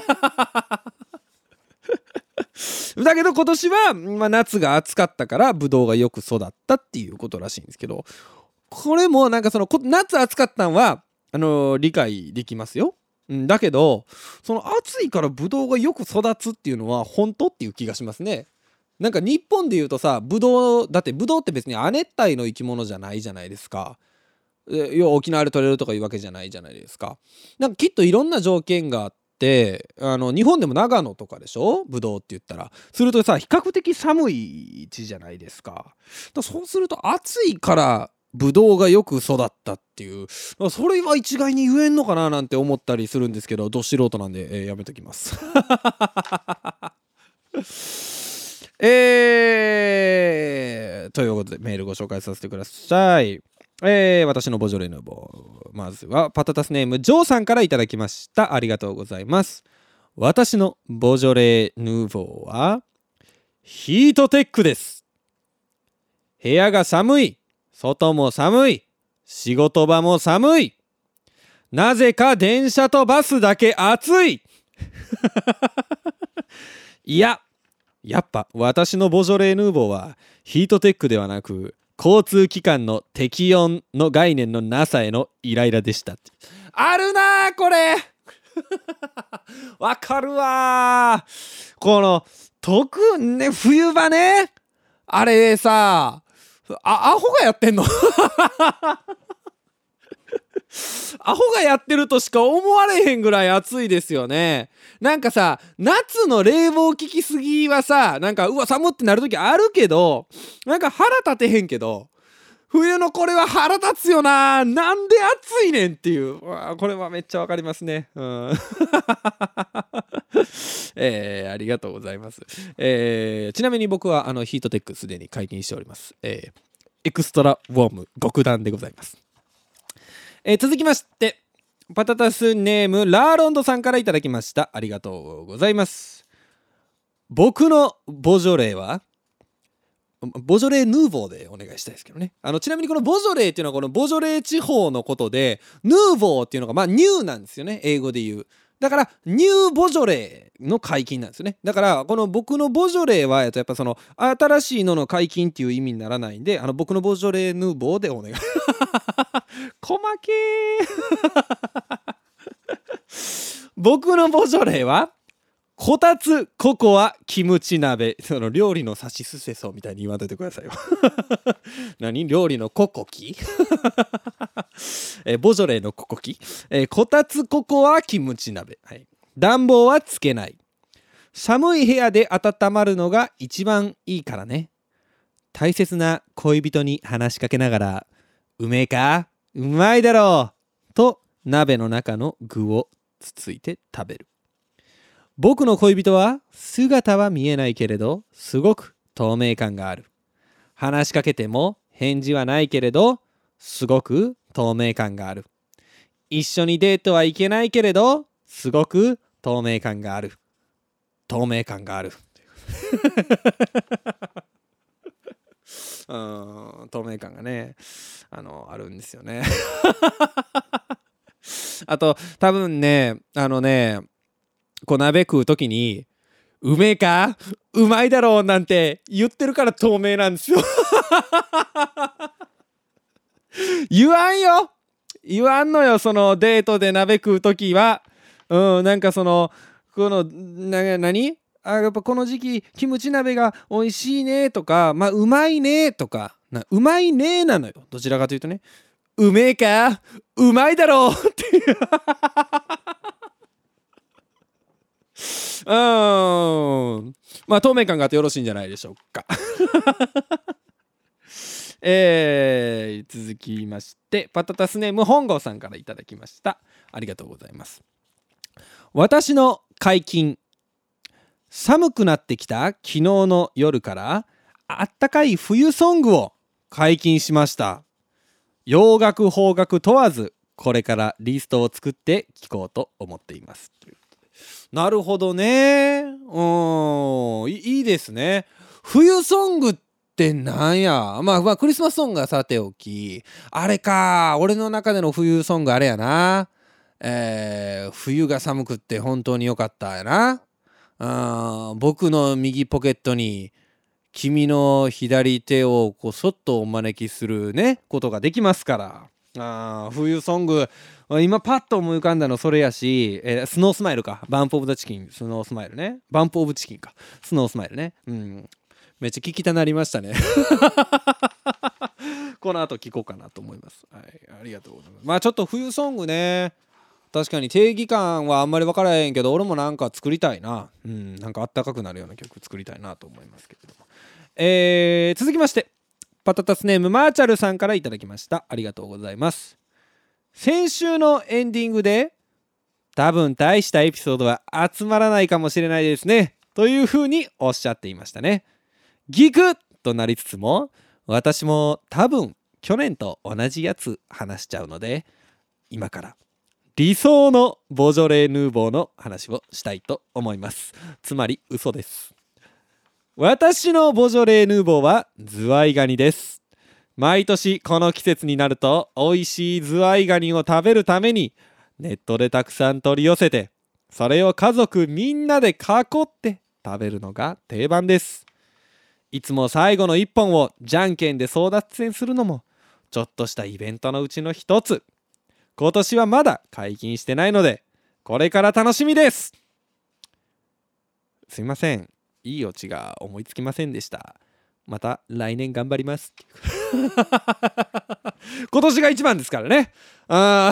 だけど今年は、まあ、夏が暑かったからブドウがよく育ったっていうことらしいんですけどこれもなんかその夏暑かったんはあのー、理解できますよ。だけどその暑いからブドウがよく育つっていうのは本当っていう気がしますね。なんか日本でいうとさブドウだってブドウって別に亜熱帯の生き物じゃないじゃないですか。要は沖縄で取れるとかいうわけじゃないじゃないですか。なんかきっといろんな条件があってあの日本でも長野とかでしょブドウって言ったらするとさ比較的寒い地じゃないですか。だそうすると暑いからブドウがよく育ったっていうそれは一概に言えんのかななんて思ったりするんですけどど素人なんで、えー、やめときますえーということでメールご紹介させてください。えー、私のボジョレ・ヌーボーまずはパタタスネームジョーさんからいただきました。ありがとうございます。私のボジョレ・ヌーボーはヒートテックです。部屋が寒い外も寒い仕事場も寒いなぜか電車とバスだけ暑いいややっぱ私のボジョレ・ヌーボーはヒートテックではなく交通機関の適温の概念のなさへのイライラでした。あるなーこれわかるわーこの特ね冬場ねあれさあアホがやってんのアホがやってるとしか思われへんぐらい暑いですよね。なんかさ夏の冷房効きすぎはさなんかうわ寒ってなる時あるけどなんか腹立てへんけど冬のこれは腹立つよななんで暑いねんっていうわこれはめっちゃわかりますね。うんえー、ありがとうございます。えー、ちなみに僕はあのヒートテックすでに解禁しております。えー、エクストラウォーム極暖でございます。えー、続きましてパタタスネームラーロンドさんからいただきました。ありがとうございます。僕のボジョレーはボジョレーヌーボーでお願いしたいですけどね。あのちなみにこのボジョレーっていうのはこのボジョレー地方のことでヌーボーっていうのがまあニューなんですよね英語で言う。 だからニューボジョレーの解禁なんですよね。だからこの僕のボジョレーはやっぱその新しいのの解禁っていう意味にならないんで、あの僕のボジョレーヌーボーでお願い細けー僕のボジョレーはこたつココアキムチ鍋。その料理のさしすせそうみたいに言わんといてくださいよ何料理のココキえボジョレーのココキ、えー、こたつココアキムチ鍋、はい、暖房はつけない。寒い部屋で温まるのが一番いいからね。大切な恋人に話しかけながら、うめえか、うまいだろうと鍋の中の具をつついて食べる。僕の恋人は姿は見えないけれどすごく透明感がある。話しかけても返事はないけれどすごく透明感がある。一緒にデートは行けないけれどすごく透明感がある。透明感があるうん透明感がねあのあるんですよねあと多分ねあのねこう鍋食う時にうめえかうまいだろうなんて言ってるから透明なんですよ言わんよ言わんのよ。そのデートで鍋食う時はうんなんかそのこのな何あやっぱこの時期キムチ鍋が美味しいねとかまあうまいねとかなうまいねなのよ。どちらかというとねうめえかうまいだろうっていううーんまあ透明感があってよろしいんじゃないでしょうかえー、続きましてパタタスネーム本郷さんからいただきました。ありがとうございます。私の解禁、寒くなってきた昨日の夜からあったかい冬ソングを解禁しました。洋楽邦楽問わずこれからリストを作って聴こうと思っています。なるほどね。うんいいですね。冬ソングってなんや、まあ、まあクリスマスソングはさておきあれか俺の中での冬ソングあれやな、えー、冬が寒くって本当によかったやな。あ僕の右ポケットに君の左手をこうそっとお招きするねことができますから。あ冬ソング今パッと思い浮かんだのそれやし、えー、スノースマイルかバンプオブザチキンスノースマイルねバンプオブチキンかスノースマイルねうんめっちゃ聞きたなりましたねこの後聞こうかなと思います。はい、ありがとうございます。まあちょっと冬ソングね確かに定義感はあんまり分からへんけど俺もなんか作りたいな。うんなんかあったかくなるような曲作りたいなと思いますけれども、えー、続きましてパタタスネームマーチャルさんからいただきました。ありがとうございます。先週のエンディングで多分大したエピソードは集まらないかもしれないですねというふうにおっしゃっていましたね。ギクッとなりつつも私も多分去年と同じやつ話しちゃうので今から理想のボジョレ・ヌーボーの話をしたいと思います。つまり嘘です。私のボジョレ・ヌーボーはズワイガニです。毎年この季節になると美味しいズワイガニを食べるためにネットでたくさん取り寄せてそれを家族みんなで囲って食べるのが定番です。いつも最後の一本をじゃんけんで争奪戦するのもちょっとしたイベントのうちの一つ。今年はまだ解禁してないのでこれから楽しみです。すいませんいいオチが思いつきませんでした。また来年頑張ります今年が一番ですからね。あ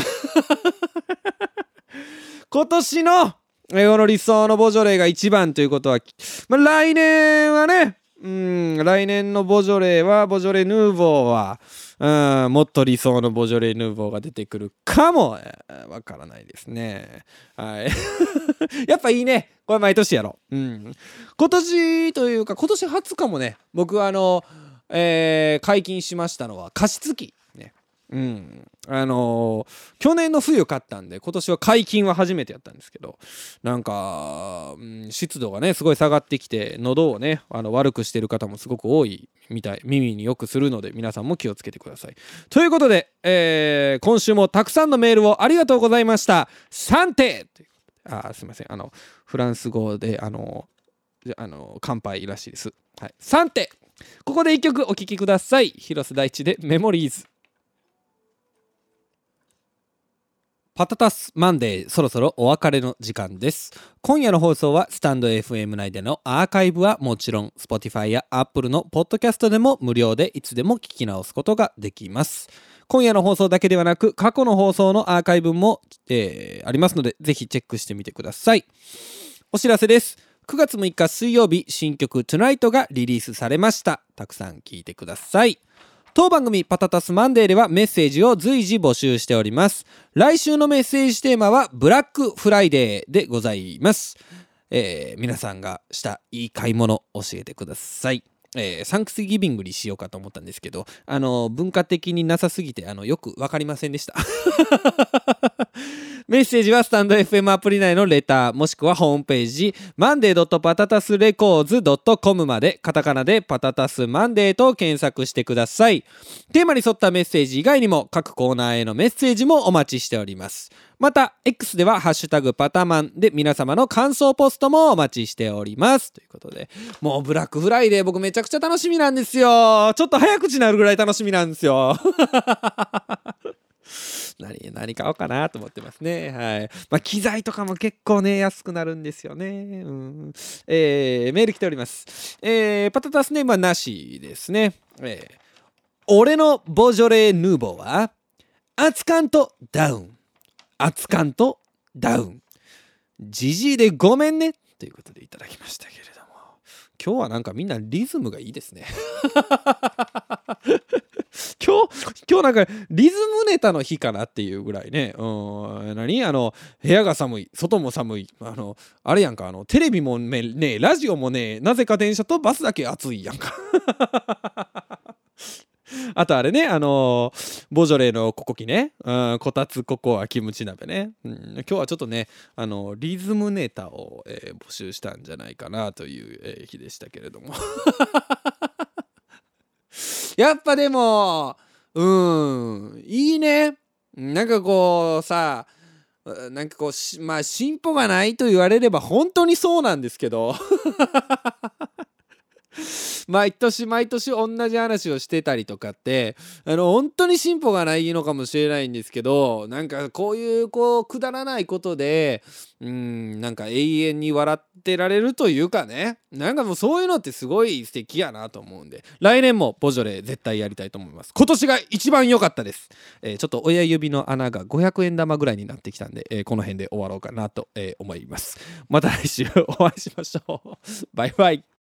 今年のこの理想のボジョレーが一番ということは、まあ、来年はねうん来年のボジョレーはボジョレ・ヌーボーはうんもっと理想のボジョレ・ヌーボーが出てくるかも、えー、わからないですね。はいやっぱいいねこれ毎年やろう、うん、今年というか今年初かもね。僕はあの、えー、解禁しましたのは加湿器ね。うんあのー、去年の冬買ったんで今年は解禁は初めてやったんですけどなんか、うん、湿度がねすごい下がってきて喉をねあの悪くしてる方もすごく多いみたい。耳によくするので皆さんも気をつけてくださいということで、えー、今週もたくさんのメールをありがとうございました。さんていあすいませんあのフランス語であのあの乾杯らしいです。はい、さんてここでいっきょくお聴きください。広瀬大地でメモリーズ。パタタスマンデー、そろそろお別れの時間です。今夜の放送はスタンド エフエム 内でのアーカイブはもちろん Spotify や Apple のポッドキャストでも無料でいつでも聞き直すことができます。今夜の放送だけではなく過去の放送のアーカイブも、えーありますのでぜひチェックしてみてください。お知らせです。くがつむいか水曜日、新曲 Tonight がリリースされました。たくさん聴いてください。当番組パタタスマンデーではメッセージを随時募集しております。来週のメッセージテーマはブラックフライデーでございます。えー皆さんがしたいい買い物教えてください。えーサンクスギビングにしようかと思ったんですけど、あの文化的になさすぎてあのよく分かりませんでした。メッセージはスタンド エフエム アプリ内のレターもしくはホームページ マンデー パタタスレコーズ ドット コム までカタカナでパタタスマンデーと検索してください。テーマに沿ったメッセージ以外にも各コーナーへのメッセージもお待ちしております。また X ではハッシュタグパタマンで皆様の感想ポストもお待ちしておりますということで、もうブラックフライデー僕めちゃくちゃ楽しみなんですよ。ちょっと早口になるぐらい楽しみなんですよ。何何買おうかなと思ってますね。はい。まあ機材とかも結構ね安くなるんですよね。うん。えー、メール来ております。えー、パタタスネームはなしですね。えー、俺のボジョレーヌーボーは熱燗とダウン。熱燗とダウン。ジジイでごめんねということでいただきましたけれども、今日はなんかみんなリズムがいいですね。今日今日なんかリズムネタの日かなっていうぐらいね。うん、何あの部屋が寒い、外も寒い、あのあれやんか、あのテレビもね、ラジオもね、なぜか電車とバスだけ暑いやんか。あとあれね、あのーボジョレーのココキね、うん、こたつココアキムチ鍋ね、うん、今日はちょっとね、あのリズムネタを、えー募集したんじゃないかなという、えー日でしたけれども。やっぱでもうんいいね。なんかこうさ、なんかこうしまあ進歩がないと言われれば本当にそうなんですけど。毎年毎年同じ話をしてたりとかってあの本当に進歩がないのかもしれないんですけど、なんかこういうこうくだらないことでうーんなんか永遠に笑ってられるというかね、なんかもうそういうのってすごい素敵やなと思うんで、来年もボジョレ絶対やりたいと思います。今年が一番良かったです。えーちょっと親指の穴がごひゃくえん玉ぐらいになってきたんで、えーこの辺で終わろうかなと、えー思います。また来週お会いしましょう。バイバイ。